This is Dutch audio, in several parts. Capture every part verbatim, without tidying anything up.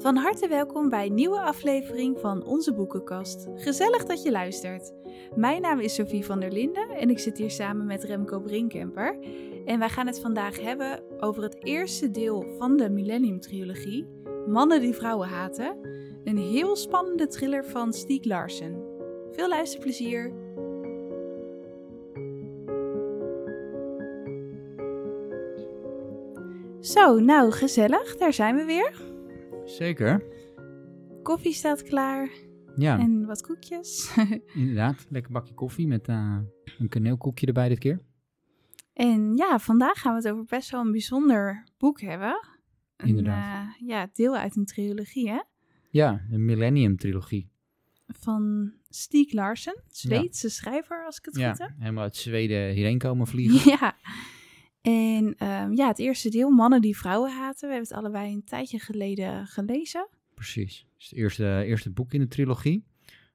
Van harte welkom bij een nieuwe aflevering van Onze Boekenkast. Gezellig dat je luistert. Mijn naam is Sophie van der Linden en ik zit hier samen met Remco Brinkemper. En wij gaan het vandaag hebben over het eerste deel van de Millennium Trilogie, Mannen die vrouwen haten. Een heel spannende thriller van Stieg Larsson. Veel luisterplezier! Zo, nou gezellig, daar zijn we weer. Zeker. Koffie staat klaar. Ja. En wat koekjes. Inderdaad, lekker bakje koffie met uh, een kaneelkoekje erbij dit keer. En ja, vandaag gaan we het over best wel een bijzonder boek hebben. Een, Inderdaad. Uh, ja, deel uit een trilogie, hè? Ja, de Millennium Trilogie. Van Stieg Larsson, Zweedse ja. schrijver, als ik het ja, goed heb. helemaal uit Zweden hierheen komen vliegen. Ja. En um, ja, het eerste deel, Mannen die vrouwen haten. We hebben het allebei een tijdje geleden gelezen. Precies. Het is het eerste, eerste boek in de trilogie.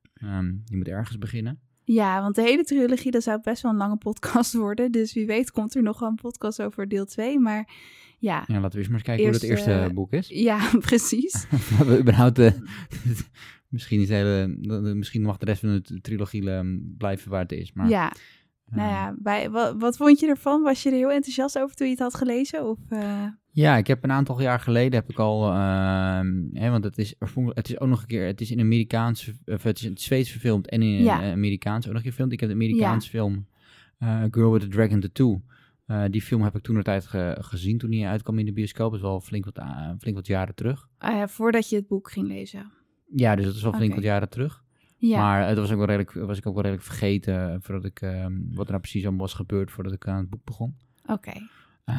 Um, je moet ergens beginnen. Ja, want de hele trilogie, dat zou best wel een lange podcast worden. Dus wie weet komt er nog wel een podcast over deel twee. Maar ja. Ja, laten we eens maar eens kijken eerste, hoe dat eerste boek is. Ja, precies. we überhaupt de, misschien, niet hele, misschien mag de rest van de trilogie blijven waar het is. Maar, ja. Nou ja, bij, wat, wat vond je ervan? Was je er heel enthousiast over toen je het had gelezen? Of, uh... Ja, ik heb een aantal jaar geleden heb ik al, uh, hè, want het is, het is ook nog een keer, het is in Amerikaans, of het is in het Zweeds verfilmd en in ja. uh, Amerikaans ook nog gefilmd. Ik heb de Amerikaanse ja. film uh, Girl with a Dragon Tattoo. Uh, die film heb ik toen een tijd ge- gezien toen die uitkwam in de bioscoop. Dat is wel flink wat, uh, flink wat jaren terug. Uh, ja, voordat je het boek ging lezen? Ja, dus dat is wel flink okay. wat jaren terug. Ja. Maar het was ook wel redelijk, was ik ook wel redelijk vergeten voordat ik, um, wat er nou precies allemaal was gebeurd voordat ik aan het boek begon. Oké. Okay.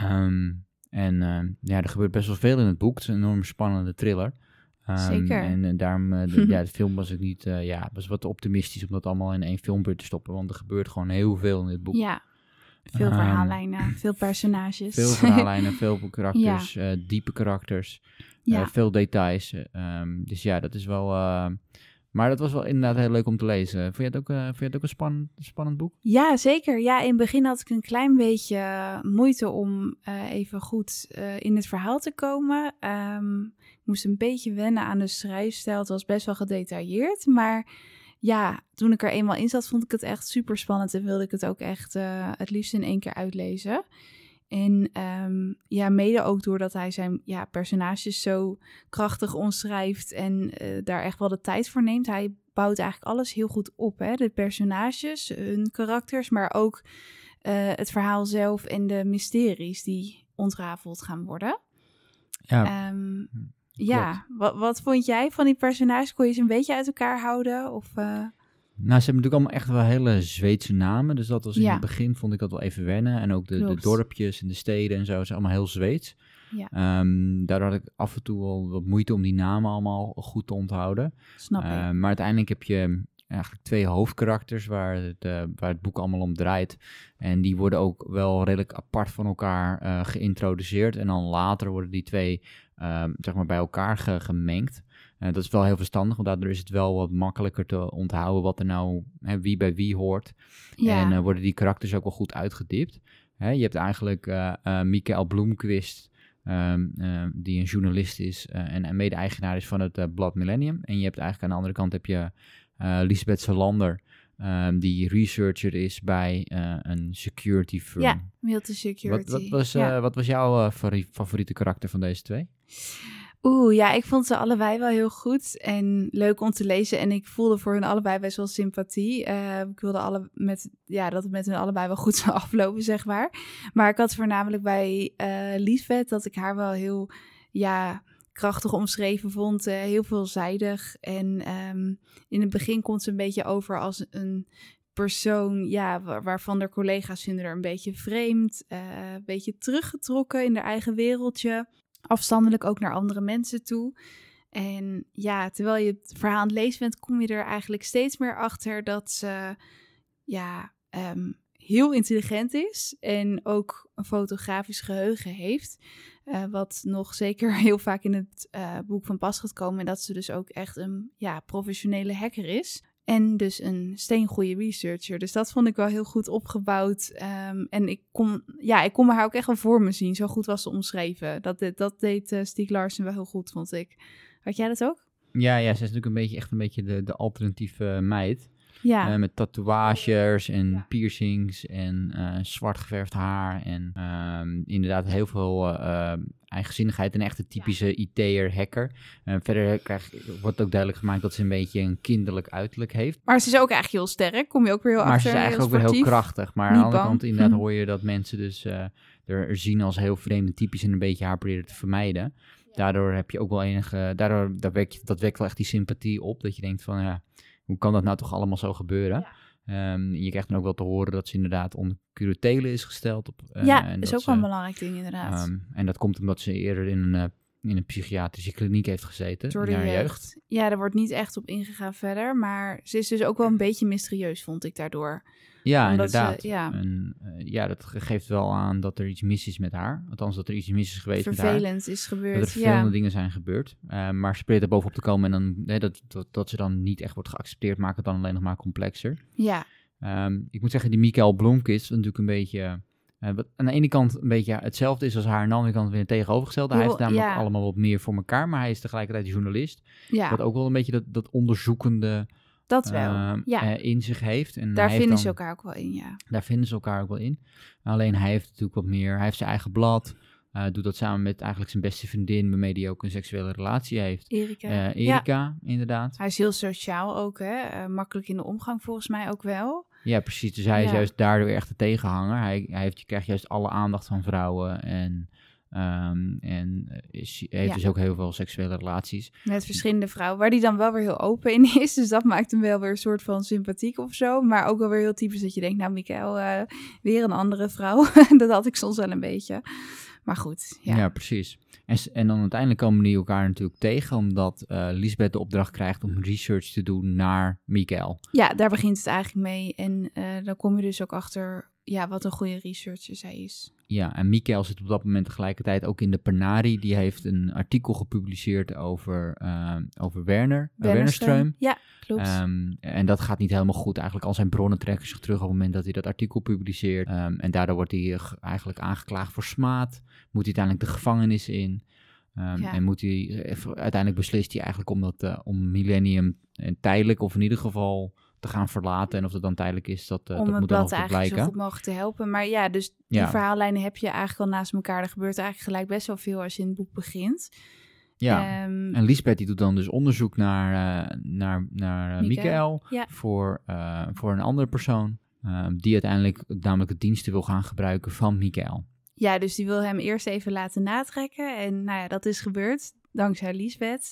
Um, en uh, ja, er gebeurt best wel veel in het boek. Het is een enorm spannende thriller. Um, Zeker. En, en daarom, uh, de, ja, de film was ik niet, uh, ja, was wat optimistisch om dat allemaal in één filmbeurt te stoppen. Want er gebeurt gewoon heel veel in dit boek. Ja, veel um, verhaallijnen, veel personages. Veel verhaallijnen, veel karakters, ja. uh, diepe karakters, ja. uh, veel details. Um, dus ja, dat is wel... Uh, Maar dat was wel inderdaad heel leuk om te lezen. Vond je het ook, uh, vond je het ook een spannend, spannend boek? Ja, zeker. Ja, in het begin had ik een klein beetje moeite om uh, even goed uh, in het verhaal te komen. Um, ik moest een beetje wennen aan de schrijfstijl. Het was best wel gedetailleerd. Maar ja, toen ik er eenmaal in zat, vond ik het echt super spannend. En wilde ik het ook echt uh, het liefst in één keer uitlezen. En um, ja, mede ook doordat hij zijn ja, personages zo krachtig omschrijft en uh, daar echt wel de tijd voor neemt. Hij bouwt eigenlijk alles heel goed op, hè? De personages, hun karakters, maar ook uh, het verhaal zelf en de mysteries die ontrafeld gaan worden. Ja, um, ja. Wat, wat vond jij van die personages? Kon je ze een beetje uit elkaar houden? Of... Uh... Nou, ze hebben natuurlijk allemaal echt wel hele Zweedse namen. Dus dat was in ja. het begin, vond ik dat wel even wennen. En ook de, de dorpjes en de steden en zo, zijn allemaal heel Zweeds. Ja. Um, daardoor had ik af en toe wel wat moeite om die namen allemaal goed te onthouden. Snap ik. Uh, maar uiteindelijk heb je eigenlijk twee hoofdkarakters waar het, uh, waar het boek allemaal om draait. En die worden ook wel redelijk apart van elkaar uh, geïntroduceerd. En dan later worden die twee uh, zeg maar bij elkaar ge- gemengd. Uh, dat is wel heel verstandig, want daardoor is het wel wat makkelijker te onthouden wat er nou, hè, wie bij wie hoort. Ja. En uh, worden die karakters ook wel goed uitgediept. Hè, je hebt eigenlijk uh, uh, Mikael Blomqvist, um, uh, die een journalist is uh, en, en mede-eigenaar is van het uh, blad Millennium. En je hebt eigenlijk aan de andere kant heb je uh, Lisbeth Salander, um, die researcher is bij uh, een security firm. Ja, Milton Security. Wat, wat, was, uh, ja. wat was jouw uh, favoriete karakter van deze twee? Oeh, ja, ik vond ze allebei wel heel goed en leuk om te lezen. En ik voelde voor hun allebei best wel sympathie. Uh, ik wilde alle met, ja, dat het met hun allebei wel goed zou aflopen, zeg maar. Maar ik had voornamelijk bij uh, Lisbeth dat ik haar wel heel, ja, krachtig omschreven vond. Uh, heel veelzijdig. En um, in het begin komt ze een beetje over als een persoon, ja, waar, waarvan de collega's vinden er een beetje vreemd. Uh, een beetje teruggetrokken in haar eigen wereldje. Afstandelijk ook naar andere mensen toe. En ja, terwijl je het verhaal aan het lezen bent, kom je er eigenlijk steeds meer achter dat ze ja, um, heel intelligent is en ook een fotografisch geheugen heeft. Uh, wat nog zeker heel vaak in het uh, boek van pas gaat komen. En dat ze dus ook echt een ja, professionele hacker is. En dus een steengoeie researcher. Dus dat vond ik wel heel goed opgebouwd. Um, en ik kon, ja, ik kon me haar ook echt wel voor me zien. Zo goed was ze omschreven. Dat, dat deed uh, Stieg Larsson wel heel goed, vond ik. Had jij dat ook? Ja, ja, ze is natuurlijk een beetje echt een beetje de, de alternatieve meid. Ja. Uh, met tatoeages en ja. piercings en uh, zwart geverfd haar. En uh, inderdaad heel veel uh, eigenzinnigheid. Een echte typische ja. I T'er hacker. Uh, verder krijg, wordt ook duidelijk gemaakt dat ze een beetje een kinderlijk uiterlijk heeft. Maar ze is ook eigenlijk heel sterk. Kom je ook weer heel maar achter. Maar ze is eigenlijk ook weer heel krachtig. Maar Niet aan de andere bang. kant inderdaad hoor je dat mensen dus uh, er zien als heel vreemd en typisch en een beetje haar proberen te vermijden. Daardoor heb je ook wel enige... Daardoor dat wekt, dat wekt wel echt die sympathie op. Dat je denkt van ja... Hoe kan dat nou toch allemaal zo gebeuren? Ja. Um, je krijgt dan ook wel te horen dat ze inderdaad onder curatele is gesteld. Op, uh, ja, en dat is dat ook wel ze, een belangrijk ding inderdaad. Um, en dat komt omdat ze eerder in een, uh, in een psychiatrische kliniek heeft gezeten. Door de in haar jeugd. jeugd. Ja, daar wordt niet echt op ingegaan verder. Maar ze is dus ook wel een beetje mysterieus, vond ik daardoor. Ja, Omdat inderdaad. Ze, ja. En, uh, ja, dat geeft wel aan dat er iets mis is met haar. Althans, dat er iets mis is geweest vervelend met haar. Vervelend is gebeurd, Dat er vervelende ja. dingen zijn gebeurd. Uh, maar ze probeert er bovenop te komen en dan, hè, dat, dat, dat ze dan niet echt wordt geaccepteerd, maakt het dan alleen nog maar complexer. Ja. Um, ik moet zeggen, die Mikael Blomkvist, natuurlijk een beetje... Uh, wat aan de ene kant een beetje hetzelfde is als haar, aan de andere kant weer het tegenovergestelde. Hij Heel, heeft namelijk ja. allemaal wat meer voor elkaar, maar hij is tegelijkertijd journalist. Ja. Wat ook wel een beetje dat, dat onderzoekende... Dat wel, uh, ja. uh, in zich heeft. En daar hij vinden heeft ze dan, elkaar ook wel in, ja. Daar vinden ze elkaar ook wel in. Alleen hij heeft natuurlijk wat meer... Hij heeft zijn eigen blad. Uh, doet dat samen met eigenlijk zijn beste vriendin... waarmee hij ook een seksuele relatie heeft. Erika. Uh, Erika, ja. inderdaad. Hij is heel sociaal ook, hè. Uh, makkelijk in de omgang volgens mij ook wel. Ja, precies. Dus hij ja. is juist daardoor echt de tegenhanger. Hij, hij heeft, je krijgt juist alle aandacht van vrouwen... en Um, en is, heeft ja. dus ook heel veel seksuele relaties. Met verschillende vrouwen, waar die dan wel weer heel open in is. Dus dat maakt hem wel weer een soort van sympathiek of zo. Maar ook wel weer heel typisch dat je denkt, nou Mikael, uh, weer een andere vrouw. Dat had ik soms wel een beetje. Maar goed, ja. Ja, precies. En, en dan uiteindelijk komen die elkaar natuurlijk tegen... omdat uh, Lisbeth de opdracht krijgt om research te doen naar Mikael. Ja, daar begint het eigenlijk mee. En uh, dan kom je dus ook achter... ja, wat een goede researcher zij is. Ja, en Mikael zit op dat moment tegelijkertijd ook in de Panari. Die heeft een artikel gepubliceerd over, uh, over Werner, uh, Wennerström. Ja, klopt. Um, en dat gaat niet helemaal goed. Eigenlijk al zijn bronnen trekken zich terug op het moment dat hij dat artikel publiceert. Um, en daardoor wordt hij uh, eigenlijk aangeklaagd voor smaad. Moet hij uiteindelijk de gevangenis in. Um, ja. En moet hij, uh, uiteindelijk beslist hij eigenlijk om, dat, uh, om Millennium uh, tijdelijk of in ieder geval... te gaan verlaten en of dat dan tijdelijk is, dat, uh, om dat moet dan nog blijken. Om het blad eigenlijk zo goed mogelijk te helpen. Maar ja, dus die ja. verhaallijnen heb je eigenlijk al naast elkaar. Er gebeurt eigenlijk gelijk best wel veel als je in het boek begint. Ja, um, en Lisbeth die doet dan dus onderzoek naar, uh, naar, naar uh, Mikael ja. voor, uh, voor een andere persoon. Uh, die uiteindelijk namelijk de diensten wil gaan gebruiken van Mikael. Ja, dus die wil hem eerst even laten natrekken. En nou ja, dat is gebeurd dankzij Lisbeth.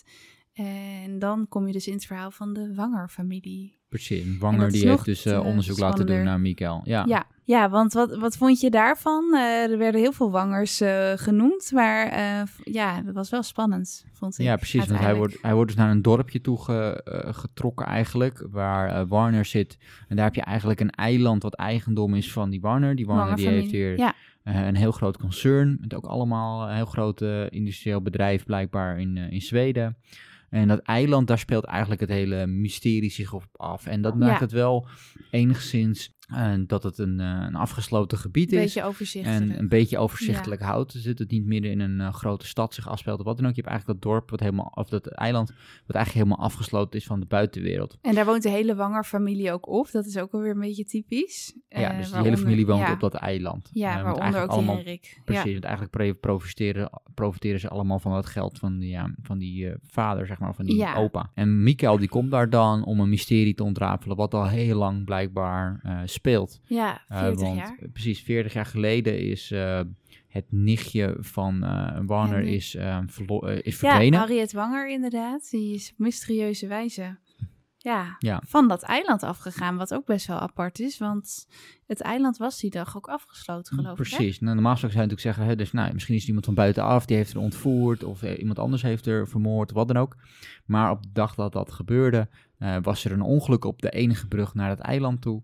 En dan kom je dus in het verhaal van de Wanger-familie. Precies, Wanger die heeft dus uh, onderzoek laten doen naar Mikael. Ja, ja, ja want wat, wat vond je daarvan? Uh, er werden heel veel Wangers uh, genoemd, maar uh, ja, dat was wel spannend, vond ik. Ja, precies, want hij wordt, hij wordt dus naar een dorpje toe ge, uh, getrokken eigenlijk, waar uh, Warner zit. En daar heb je eigenlijk een eiland wat eigendom is van die Warner. Die Warner die heeft hier ja. uh, een heel groot concern, met ook allemaal een heel groot uh, industrieel bedrijf blijkbaar in, uh, in Zweden. En dat eiland, daar speelt eigenlijk het hele mysterie zich op af. En dat maakt ja. het wel enigszins uh, dat het een, uh, een afgesloten gebied is. Een beetje overzichtelijk. En een beetje overzichtelijk ja. houdt. Zit het niet midden in een uh, grote stad zich afspeelt of wat dan ook. Je hebt eigenlijk dat dorp, wat helemaal, of dat eiland, wat eigenlijk helemaal afgesloten is van de buitenwereld. En daar woont de hele Wanger-familie ook op. Dat is ook alweer een beetje typisch. Ja, dus uh, die hele familie woont ja. op dat eiland. Ja, uh, waaronder ook allemaal, Henrik. Precies, ja. want eigenlijk profiteren, profiteren ze allemaal van dat geld van die, ja, van die uh, vader, zeg maar, van die ja. opa. En Mikael die komt daar dan om een mysterie te ontrafelen, wat al heel lang blijkbaar uh, speelt. Ja, veertig uh, want, jaar. Precies, veertig jaar geleden is uh, het nichtje van uh, Warner ja, is, uh, verlo- uh, is verdwenen. Ja, Harriet Wanger inderdaad. Die is op mysterieuze wijze ja, ja. van dat eiland afgegaan, wat ook best wel apart is, want het eiland was die dag ook afgesloten, geloof Precies. ik. Precies. Nou, normaal zou je natuurlijk zeggen, hè, dus, nou, misschien is er iemand van buitenaf, die heeft er ontvoerd, of eh, iemand anders heeft er vermoord, wat dan ook. Maar op de dag dat dat gebeurde, uh, was er een ongeluk op de enige brug naar het eiland toe.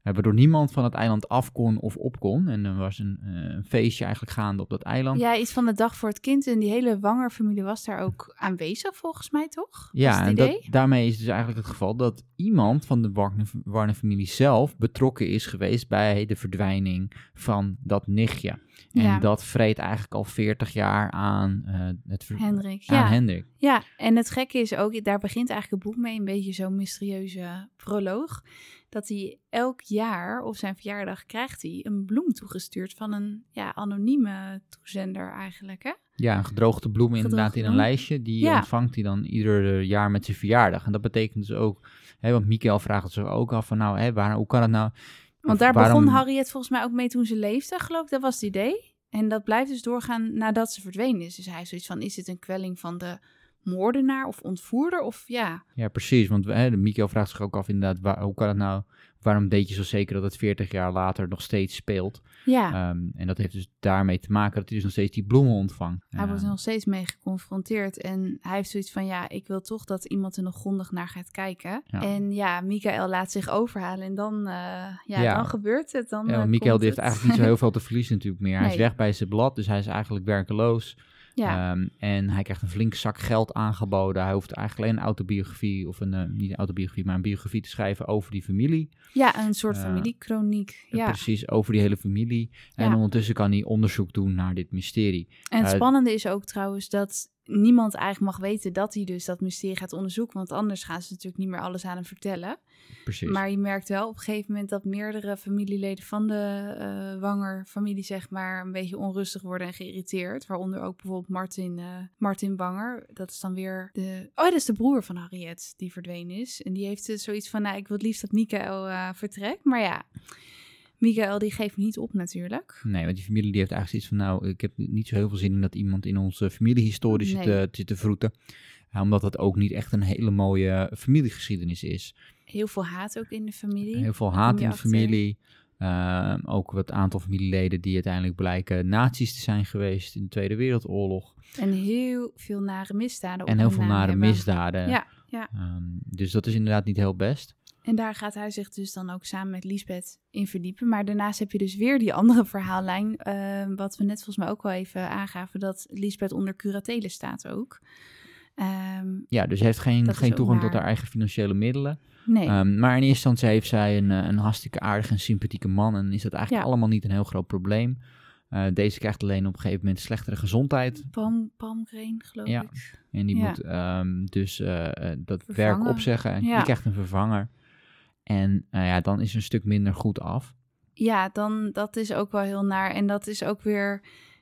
Uh, waardoor niemand van het eiland af kon of op kon. En er was een, uh, een feestje eigenlijk gaande op dat eiland. Ja, iets van de dag voor het kind. En die hele Wanger-familie was daar ook aanwezig, volgens mij, toch? Ja, en dat, daarmee is dus eigenlijk het geval dat iemand van de Warner-familie zelf betrokken is geweest bij de verdwijning van dat nichtje. En ja. dat vreet eigenlijk al veertig jaar aan uh, het ver- Hendrik. Aan ja. Hendrik. Ja, en het gekke is ook, daar begint eigenlijk het boek mee, een beetje zo'n mysterieuze proloog, dat hij elk jaar op zijn verjaardag krijgt hij een bloem toegestuurd van een ja, anonieme toezender eigenlijk, hè? Ja, een gedroogde bloem gedroogde inderdaad bloem. in een lijstje. Die ja. ontvangt hij dan ieder jaar met zijn verjaardag. En dat betekent dus ook, hè, want Michael vraagt het zich ook af van nou, hè, waar, hoe kan het nou? Want daar waarom... begon Harriet volgens mij ook mee toen ze leefde, geloof ik. Dat was het idee. En dat blijft dus doorgaan nadat ze verdwenen is. Dus hij heeft zoiets van, is dit een kwelling van de moordenaar of ontvoerder? Of ja. Ja, precies. Want hè, Michael vraagt zich ook af inderdaad, waar, hoe kan het nou? Waarom deed je zo zeker dat het veertig jaar later nog steeds speelt? Ja. Um, en dat heeft dus daarmee te maken dat hij dus nog steeds die bloemen ontvangt. Hij uh, wordt er nog steeds mee geconfronteerd. En hij heeft zoiets van, ja, ik wil toch dat iemand er nog grondig naar gaat kijken. Ja. En ja, Michael laat zich overhalen. En dan, uh, ja, ja, dan gebeurt het. Dan, ja, uh, Michael die heeft het. eigenlijk niet zo heel veel te verliezen natuurlijk meer. Hij Nee. is weg bij zijn blad, dus hij is eigenlijk werkeloos. Ja. Um, en hij krijgt een flink zak geld aangeboden. Hij hoeft eigenlijk alleen een autobiografie, of een, uh, niet een autobiografie, maar een biografie te schrijven over die familie. Ja, een soort uh, familiekroniek. Ja. Precies, over die hele familie. En ja. ondertussen kan hij onderzoek doen naar dit mysterie. En het uh, spannende is ook trouwens dat niemand eigenlijk mag weten dat hij dus dat mysterie gaat onderzoeken. Want anders gaan ze natuurlijk niet meer alles aan hem vertellen. Precies. Maar je merkt wel op een gegeven moment dat meerdere familieleden van de uh, Wanger-familie, zeg maar, een beetje onrustig worden en geïrriteerd. Waaronder ook bijvoorbeeld Martin, uh, Martin Wanger. Dat is dan weer de... Oh, dat is de broer van Harriet die verdwenen is. En die heeft uh, zoiets van, nou, ik wil het liefst dat Michael uh, vertrekt. Maar ja... Michael, die geeft niet op natuurlijk. Nee, want die familie die heeft eigenlijk zoiets van, nou, ik heb niet zo heel veel zin in dat iemand in onze familiehistorie zit, nee. uh, zit te vroeten. Uh, omdat dat ook niet echt een hele mooie familiegeschiedenis is. Heel veel haat ook in de familie. Heel veel haat in de familie. Uh, ook wat aantal familieleden die uiteindelijk blijken nazi's te zijn geweest in de Tweede Wereldoorlog. En heel veel nare misdaden. En heel veel nare hebben. misdaden. Ja, ja. Um, dus dat is inderdaad niet heel best. En daar gaat hij zich dus dan ook samen met Lisbeth in verdiepen. Maar daarnaast heb je dus weer die andere verhaallijn. Uh, wat we net volgens mij ook wel even aangaven. Dat Lisbeth onder curatele staat ook. Um, ja, dus ze heeft geen, geen toegang naar... tot haar eigen financiële middelen. Nee. Um, maar in eerste instantie heeft zij een, een hartstikke aardige en sympathieke man. En is dat eigenlijk ja. allemaal niet een heel groot probleem. Uh, deze krijgt alleen op een gegeven moment slechtere gezondheid. Palm, palmgrain, geloof ja. ik. En die ja. moet um, dus uh, dat vervangen. werk opzeggen. En ja. die krijgt een vervanger. En uh, ja, dan is er een stuk minder goed af. Ja, dan, dat is ook wel heel naar. En dat is ook weer,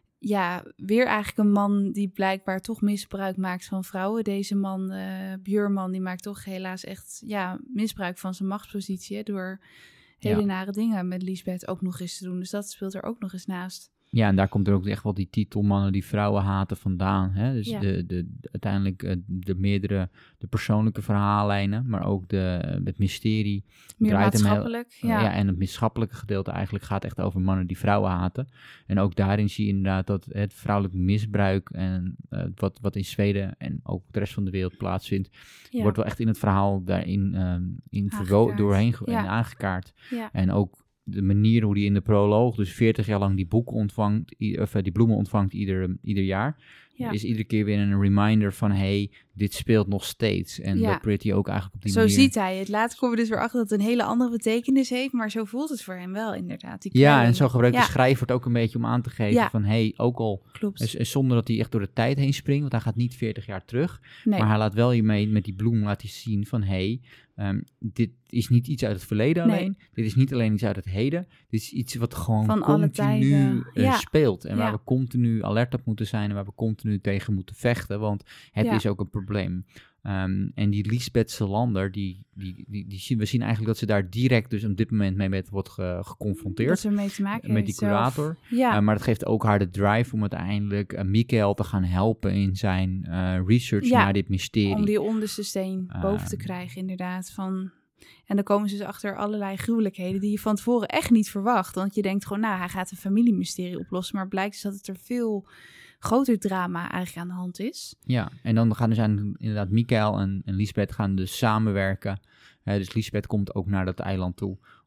ja, weer eigenlijk een man die blijkbaar toch misbruik maakt van vrouwen. Deze man, uh, Björman, die maakt toch helaas echt ja, misbruik van zijn machtspositie. Hè, door hele ja. nare dingen met Lisbeth ook nog eens te doen. Dus dat speelt er ook nog eens naast. Ja, en daar komt er ook echt wel die titel mannen die vrouwen haten vandaan. Hè? Dus ja. de, de, de, uiteindelijk uh, de meerdere, de persoonlijke verhaallijnen, maar ook de, uh, het mysterie. Meer maatschappelijk, heel, uh, ja. ja. En het maatschappelijke gedeelte eigenlijk gaat echt over mannen die vrouwen haten. En ook daarin zie je inderdaad dat het vrouwelijk misbruik en uh, wat, wat in Zweden en ook de rest van de wereld plaatsvindt, ja. wordt wel echt in het verhaal daarin um, in verwo- doorheen ge- ja. aangekaart. Ja. En ook de manier hoe die in de proloog, dus veertig jaar lang die boeken ontvangt, of die bloemen ontvangt ieder, ieder jaar, ja. is iedere keer weer een reminder van, hey, dit speelt nog steeds. En ja. dat probeert hij ook eigenlijk op die zo manier. Zo ziet hij het. Later komen we dus weer achter dat het een hele andere betekenis heeft, maar zo voelt het voor hem wel inderdaad. Die ja, en zo gebruikt ja. de schrijver het ook een beetje om aan te geven ja. van, hey, ook al, Klopt. En zonder dat hij echt door de tijd heen springt, want hij gaat niet veertig jaar terug, nee. maar hij laat wel hiermee met die bloem laat hij zien van, hey, um, dit is niet iets uit het verleden alleen, nee. dit is niet alleen iets uit het heden, dit is iets wat gewoon van continu uh, ja. speelt en ja. waar we continu alert op moeten zijn en waar we continu tegen moeten vechten, want het ja. is ook een probleem. Um, en die Lisbeth Salander, die, die, die, die zien, we zien eigenlijk dat ze daar direct dus op dit moment mee met wordt ge, geconfronteerd. Dat ze mee te maken met die curator. Ja. Uh, maar dat geeft ook haar de drive om uiteindelijk uh, Michael te gaan helpen in zijn uh, research ja, naar dit mysterie. Om die onderste steen uh, boven te krijgen inderdaad. Van... En dan komen ze dus achter allerlei gruwelijkheden die je van tevoren echt niet verwacht. Want je denkt gewoon, nou, hij gaat een familiemysterie oplossen. Maar blijkt dus dat het er veel groter drama eigenlijk aan de hand is. Ja, en dan gaan dus inderdaad Michael en, en Lisbeth gaan dus samenwerken. Uh, dus Lisbeth komt ook naar dat eiland toe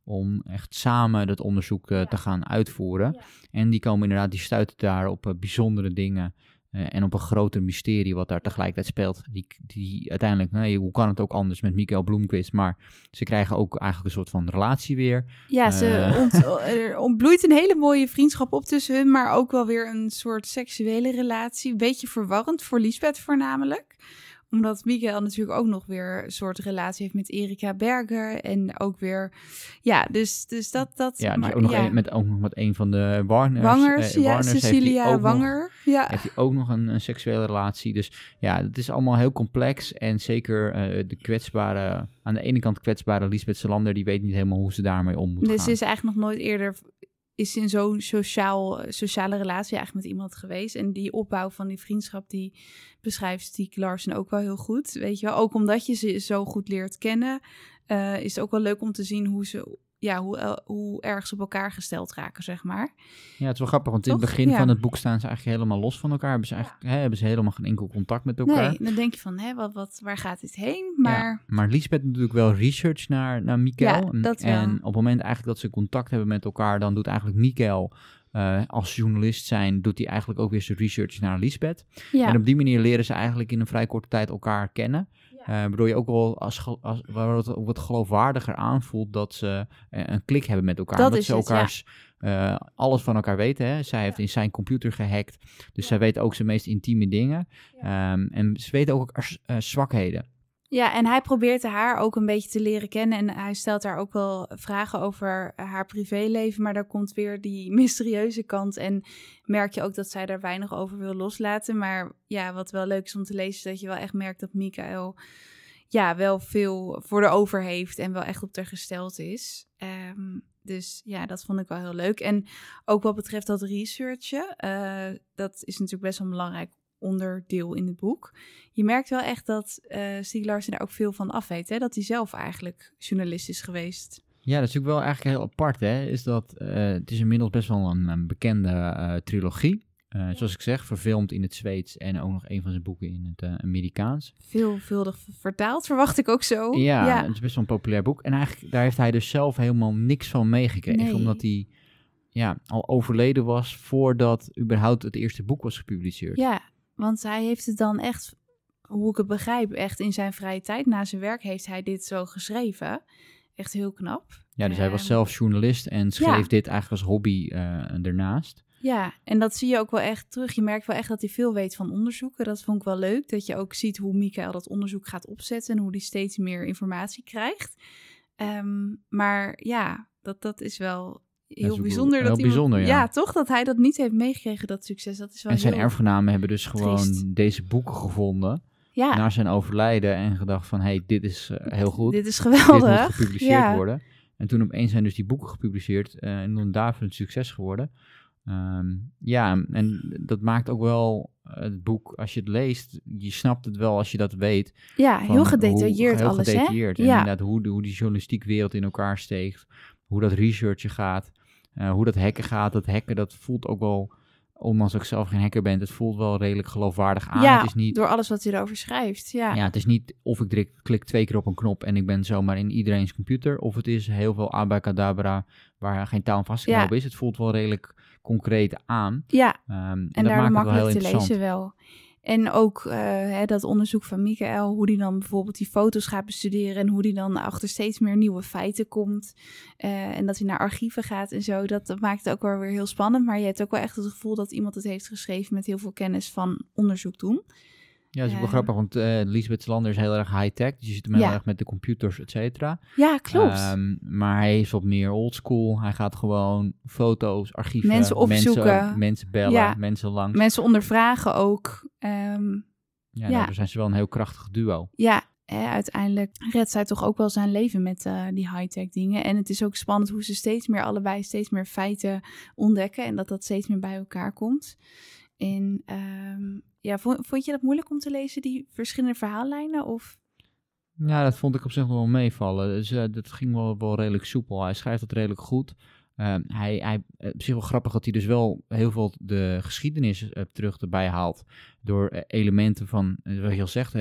om echt samen dat onderzoek uh, Ja. te gaan uitvoeren. Ja. En die komen inderdaad, die stuiten daar op uh, bijzondere dingen uh, en op een groter mysterie wat daar tegelijkertijd speelt. Die, die uiteindelijk, nee, hoe kan het ook anders met Mikael Bloemquist, maar ze krijgen ook eigenlijk een soort van relatie weer. Ja, ze Uh, ont, er ontbloeit een hele mooie vriendschap op tussen hun, maar ook wel weer een soort seksuele relatie. Een beetje verwarrend voor Lisbeth voornamelijk. Omdat Mikael natuurlijk ook nog weer een soort relatie heeft met Erika Berger. En ook weer, ja, dus, dus dat... dat Ja, dus maar, ook, nog ja. een, met, ook nog met een van de Warners. Wangers, uh, ja, Warners Cecilia heeft Wanger. Nog, ja. heeft hij ook nog een, een seksuele relatie. Dus ja, het is allemaal heel complex. En zeker uh, de kwetsbare, aan de ene kant kwetsbare Lisbeth Salander, die weet niet helemaal hoe ze daarmee om moet dus gaan. Dus ze is eigenlijk nog nooit eerder... is in zo'n sociaal, sociale relatie eigenlijk met iemand geweest. En die opbouw van die vriendschap, die beschrijft Stieg Larsson ook wel heel goed. Weet je wel, ook omdat je ze zo goed leert kennen, uh, is het ook wel leuk om te zien hoe ze, ja, hoe, uh, hoe erg ze op elkaar gesteld raken, zeg maar. Ja, het is wel grappig, want Toch? in het begin ja. van het boek staan ze eigenlijk helemaal los van elkaar. Hebben ze, eigenlijk, hè, hebben ze helemaal geen enkel contact met elkaar. Nee, dan denk je van, hè, wat, wat, waar gaat dit heen? Maar, ja, maar Lisbeth doet natuurlijk wel research naar, naar Mikael. Ja, dat wel. En op het moment eigenlijk dat ze contact hebben met elkaar, dan doet eigenlijk Mikael, uh, als journalist zijn, doet hij eigenlijk ook weer zijn research naar Lisbeth. Ja. En op die manier leren ze eigenlijk in een vrij korte tijd elkaar kennen. Uh, waardoor je ook wel als, als waar het wat geloofwaardiger aanvoelt dat ze uh, een klik hebben met elkaar. Dat Omdat is ze het, elkaars ja. uh, alles van elkaar weten. Hè? Zij heeft in zijn computer gehackt. Dus ja. zij weet ook zijn meest intieme dingen. Ja. Um, en ze weten ook haar uh, zwakheden. Ja, en hij probeert haar ook een beetje te leren kennen. En hij stelt haar ook wel vragen over haar privéleven. Maar daar komt weer die mysterieuze kant. En merk je ook dat zij daar weinig over wil loslaten. Maar ja, wat wel leuk is om te lezen, is dat je wel echt merkt dat Mikael ja, wel veel voor de over heeft. En wel echt op haar gesteld is. Um, dus ja, dat vond ik wel heel leuk. En ook wat betreft dat researchen. Uh, dat is natuurlijk best wel belangrijk onderdeel in het boek. Je merkt wel echt dat uh, Stieg Larsson daar ook veel van af weet, hè? Dat hij zelf eigenlijk journalist is geweest. Ja, dat is natuurlijk wel eigenlijk heel apart, hè? Is dat, uh, het is inmiddels best wel een, een bekende uh, trilogie. Uh, ja. Zoals ik zeg, verfilmd in het Zweeds en ook nog een van zijn boeken in het uh, Amerikaans. Veelvuldig vertaald, verwacht ik ook zo. Ja, ja, het is best wel een populair boek. En eigenlijk, daar heeft hij dus zelf helemaal niks van meegekregen. Nee. Omdat hij ja, al overleden was voordat überhaupt het eerste boek was gepubliceerd. Ja, want hij heeft het dan echt, hoe ik het begrijp, echt in zijn vrije tijd na zijn werk heeft hij dit zo geschreven. Echt heel knap. Ja, dus hij was zelf journalist en schreef ja. dit eigenlijk als hobby uh, ernaast. Ja, en dat zie je ook wel echt terug. Je merkt wel echt dat hij veel weet van onderzoeken. Dat vond ik wel leuk, dat je ook ziet hoe Mikael dat onderzoek gaat opzetten en hoe hij steeds meer informatie krijgt. Um, maar ja, dat, dat is wel heel bijzonder. Heel dat bijzonder, iemand, ja. ja. toch? Dat hij dat niet heeft meegekregen, dat succes. Dat is wel en zijn heel erfgenamen hebben dus gewoon triest. deze boeken gevonden. Ja. Na zijn overlijden en gedacht van, hé, hey, dit is uh, heel goed. Dit is geweldig. Dit moet gepubliceerd ja. worden. En toen opeens zijn dus die boeken gepubliceerd uh, en toen daarvoor een succes geworden. Um, ja, en dat maakt ook wel uh, het boek, als je het leest, je snapt het wel als je dat weet. Ja, heel gedetailleerd hoe, alles, heel gedetailleerd. hè? En ja. inderdaad, hoe, hoe die journalistiek wereld in elkaar steekt, hoe dat researchen gaat, uh, hoe dat hacken gaat. Dat hacken, dat voelt ook wel, ondanks dat ik zelf geen hacker ben, het voelt wel redelijk geloofwaardig aan. Ja, het is niet, door alles wat hij erover schrijft, ja. Ja, het is niet of ik druk, klik twee keer op een knop en ik ben zomaar in iedereen's computer, of het is heel veel abacadabra waar geen touw aan vastgeknopen ja. is. Het voelt wel redelijk concreet aan. Ja, um, en, en dat daardoor maakt het wel heel makkelijk te lezen wel. En ook uh, hè, dat onderzoek van Mikael, hoe die dan bijvoorbeeld die foto's gaat bestuderen en hoe die dan achter steeds meer nieuwe feiten komt. Uh, en dat hij naar archieven gaat en zo, dat, dat maakt het ook wel weer heel spannend. Maar je hebt ook wel echt het gevoel dat iemand het heeft geschreven met heel veel kennis van onderzoek doen. Ja, dat is ook wel uh, grappig, want uh, Lisbeth Salander is heel erg high-tech. Dus je ziet hem heel ja. erg met de computers, et cetera. Ja, klopt. Um, maar hij is wat meer oldschool. Hij gaat gewoon foto's, archieven, mensen opzoeken. Mensen, mensen bellen, ja. mensen langs. Mensen ondervragen ook. Um, ja, ja. Nou, zijn ze wel een heel krachtig duo. Ja, hè, uiteindelijk redt zij toch ook wel zijn leven met uh, die high-tech dingen. En het is ook spannend hoe ze steeds meer allebei steeds meer feiten ontdekken. En dat dat steeds meer bij elkaar komt. En um, ja, vond, vond je dat moeilijk om te lezen, die verschillende verhaallijnen? Of? Ja, dat vond ik op zich nog wel meevallen. Dus uh, dat ging wel, wel redelijk soepel. Hij schrijft het redelijk goed. Uh, hij, hij, op zich wel grappig dat hij dus wel heel veel de geschiedenis uh, terug erbij haalt. Door uh, elementen van, uh, wat je al zegt, uh,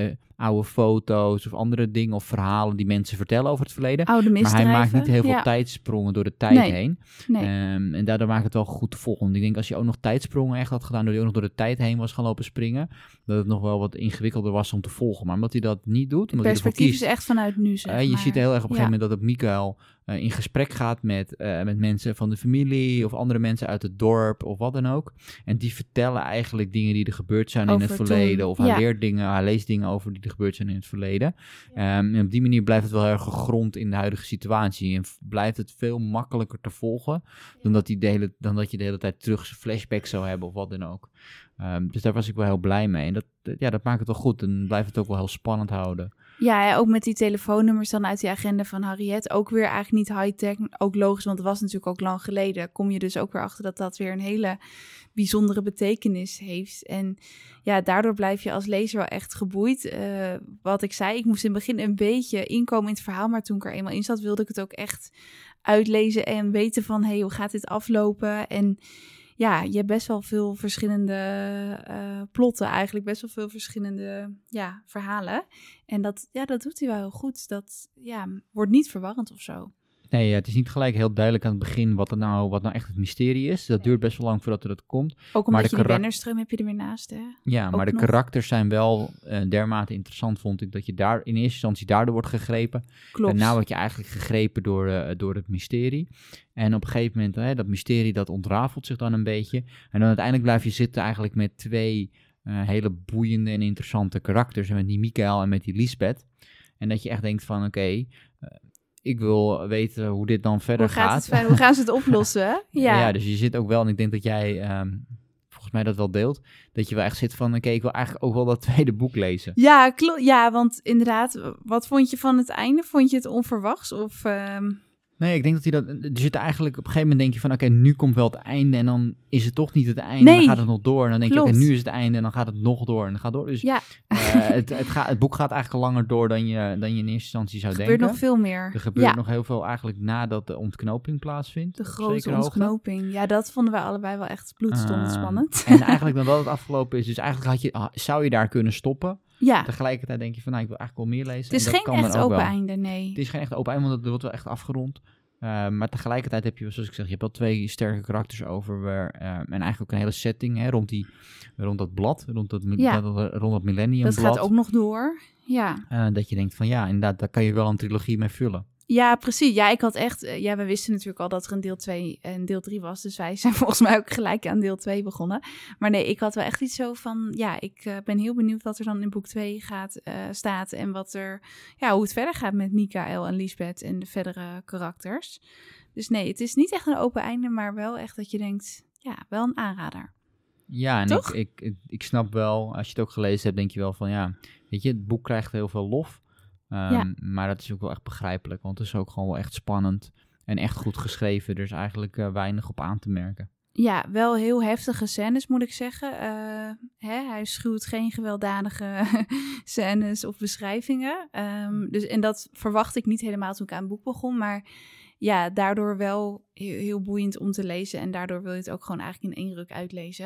oude foto's of andere dingen of verhalen die mensen vertellen over het verleden. Oude misdrijven. Maar hij maakt niet heel veel ja. tijdsprongen door de tijd Nee. heen. Nee. Um, en daardoor maakt het wel goed te volgen. Want ik denk als je ook nog tijdsprongen echt had gedaan, door hij ook nog door de tijd heen was gaan lopen springen, dat het nog wel wat ingewikkelder was om te volgen. Maar omdat hij dat niet doet, Het omdat hij ervoor perspectief kiest, is echt vanuit nu, zeg uh, je maar. ziet heel erg op een ja. gegeven moment dat het Michael uh, in gesprek gaat met, uh, met mensen van de familie of andere mensen uit het dorp of wat dan ook. En die vertellen eigenlijk dingen die er gebeurd zijn Over in het verleden. toen. Of hij Ja. leert dingen, hij leest dingen over die er gebeurd zijn in het verleden. Ja. Um, en op die manier blijft het wel heel erg gegrond in de huidige situatie. En f- blijft het veel makkelijker te volgen ja. dan, dat die de hele, dan dat je de hele tijd terug flashbacks zou hebben of wat dan ook. Um, dus daar was ik wel heel blij mee. En dat, ja, dat maakt het wel goed en blijft het ook wel heel spannend houden. Ja, ja, ook met die telefoonnummers dan uit die agenda van Harriet. Ook weer eigenlijk niet high-tech, ook logisch, want het was natuurlijk ook lang geleden. Kom je dus ook weer achter dat dat weer een hele bijzondere betekenis heeft. En ja, daardoor blijf je als lezer wel echt geboeid. Uh, wat ik zei, ik moest in het begin een beetje inkomen in het verhaal, maar toen ik er eenmaal in zat, wilde ik het ook echt uitlezen en weten van, hé, hey, hoe gaat dit aflopen? En ja, je hebt best wel veel verschillende uh, plotten eigenlijk, best wel veel verschillende ja, verhalen. En dat, ja, dat doet hij wel heel goed. Dat ja, wordt niet verwarrend of zo. Nee, ja, het is niet gelijk heel duidelijk aan het begin wat, er nou, wat nou echt het mysterie is. Dat duurt best wel lang voordat er dat komt. Ook omdat maar je de die karak- Wennerström heb je er weer naast, hè? Ja, ook maar de nog. karakters zijn wel uh, dermate interessant, vond ik, dat je daar in eerste instantie daardoor wordt gegrepen. Klopt. En nou word je eigenlijk gegrepen door, uh, door het mysterie. En op een gegeven moment, hè, dat mysterie dat ontrafelt zich dan een beetje. En dan uiteindelijk blijf je zitten eigenlijk met twee uh, hele boeiende en interessante karakters. En met die Michael en met die Lisbeth. En dat je echt denkt van, oké, okay, uh, ik wil weten hoe dit dan verder hoe gaat. gaat. Het verder? Hoe gaan ze het oplossen? Ja. ja, dus je zit ook wel, en ik denk dat jij um, volgens mij dat wel deelt, dat je wel echt zit van, oké, okay, ik wil eigenlijk ook wel dat tweede boek lezen. Ja, klo- ja, want inderdaad, wat vond je van het einde? Vond je het onverwachts? Of, um... Nee, ik denk dat hij dat... Er zit eigenlijk op een gegeven moment denk je van, oké, okay, nu komt wel het einde en dan is het toch niet het einde. Nee, dan gaat het nog door en dan denk klopt. je, oké, okay, nu is het einde en dan gaat het nog door en dan gaat door. Dus ja. uh, het, het, gaat, het boek gaat eigenlijk langer door dan je, dan je in eerste instantie zou er denken. Er gebeurt nog veel meer. Er gebeurt ja. nog heel veel eigenlijk nadat de ontknoping plaatsvindt. De grote ontknoping. Hoogte. Ja, dat vonden wij allebei wel echt bloedstollend uh, spannend. En eigenlijk nadat het afgelopen is, dus eigenlijk had je, zou je daar kunnen stoppen. Ja. Tegelijkertijd denk je van, nou, ik wil eigenlijk wel meer lezen. Het is en dat geen kan echt dan ook open wel. einde, nee. Het is geen echt open einde, want het wordt wel echt afgerond. Uh, maar tegelijkertijd heb je, zoals ik zeg, je hebt wel twee sterke karakters over. Waar, uh, en eigenlijk ook een hele setting hè, rond, die, rond dat blad, rond dat, ja. dat, rond dat millenniumblad. Dat gaat ook nog door, ja. Uh, dat je denkt van ja, inderdaad, daar kan je wel een trilogie mee vullen. Ja, precies. Ja, ik had echt... Uh, ja, we wisten natuurlijk al dat er een deel twee en deel drie was. Dus wij zijn volgens mij ook gelijk aan deel twee begonnen. Maar nee, ik had wel echt iets zo van... Ja, ik uh, ben heel benieuwd wat er dan in boek twee gaat, uh, staat. En wat er... Ja, hoe het verder gaat met Michael en Lisbeth en de verdere karakters. Dus nee, het is niet echt een open einde, maar wel echt dat je denkt... Ja, wel een aanrader. Ja, en Toch? ik, ik, ik, ik snap wel, als je het ook gelezen hebt, denk je wel van ja... Weet je, het boek krijgt heel veel lof. Um, ja. Maar dat is ook wel echt begrijpelijk, want het is ook gewoon wel echt spannend en echt goed geschreven. Er is eigenlijk uh, weinig op aan te merken. Ja, wel heel heftige scènes moet ik zeggen. Uh, hè, hij schuwt geen gewelddadige scènes of beschrijvingen. Um, dus, en dat verwacht ik niet helemaal toen ik aan het boek begon. Maar ja, daardoor wel heel, heel boeiend om te lezen. En daardoor wil je het ook gewoon eigenlijk in één ruk uitlezen.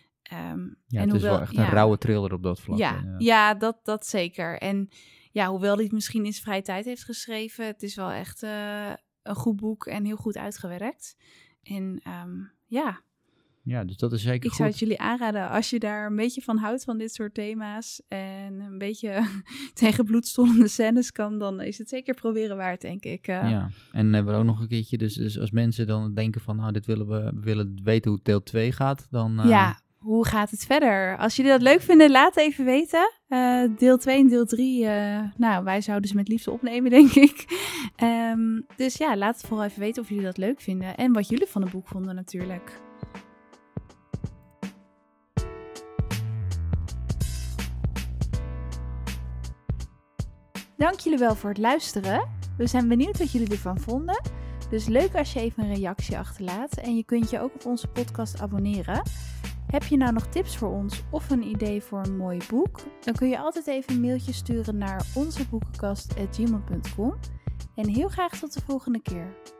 Um, ja, en het hoewel, is wel echt ja, een rauwe thriller op dat vlak. Ja, ja. ja dat, dat zeker. En ja, hoewel hij het misschien in zijn vrije tijd heeft geschreven... het is wel echt uh, een goed boek en heel goed uitgewerkt. En um, ja... Ja, dus dat is zeker Ik goed. zou het jullie aanraden als je daar een beetje van houdt, van dit soort thema's... en een beetje tegen bloedstollende scènes kan... dan is het zeker proberen waard, denk ik. Uh. Ja, en dan hebben we ook nog een keertje... Dus, dus als mensen dan denken van... nou, dit willen we, we willen weten hoe deel twee gaat, dan... Uh... Ja, hoe gaat het verder? Als jullie dat leuk vinden, laat even weten. Uh, deel twee en deel drie, uh, nou, wij zouden ze met liefde opnemen, denk ik. Um, dus ja, laat het vooral even weten of jullie dat leuk vinden. En wat jullie van het boek vonden natuurlijk. Dank jullie wel voor het luisteren. We zijn benieuwd wat jullie ervan vonden. Dus leuk als je even een reactie achterlaat. En je kunt je ook op onze podcast abonneren. Heb je nou nog tips voor ons of een idee voor een mooi boek? Dan kun je altijd even een mailtje sturen naar onzeboekenkast apenstaartje gmail punt com. En heel graag tot de volgende keer.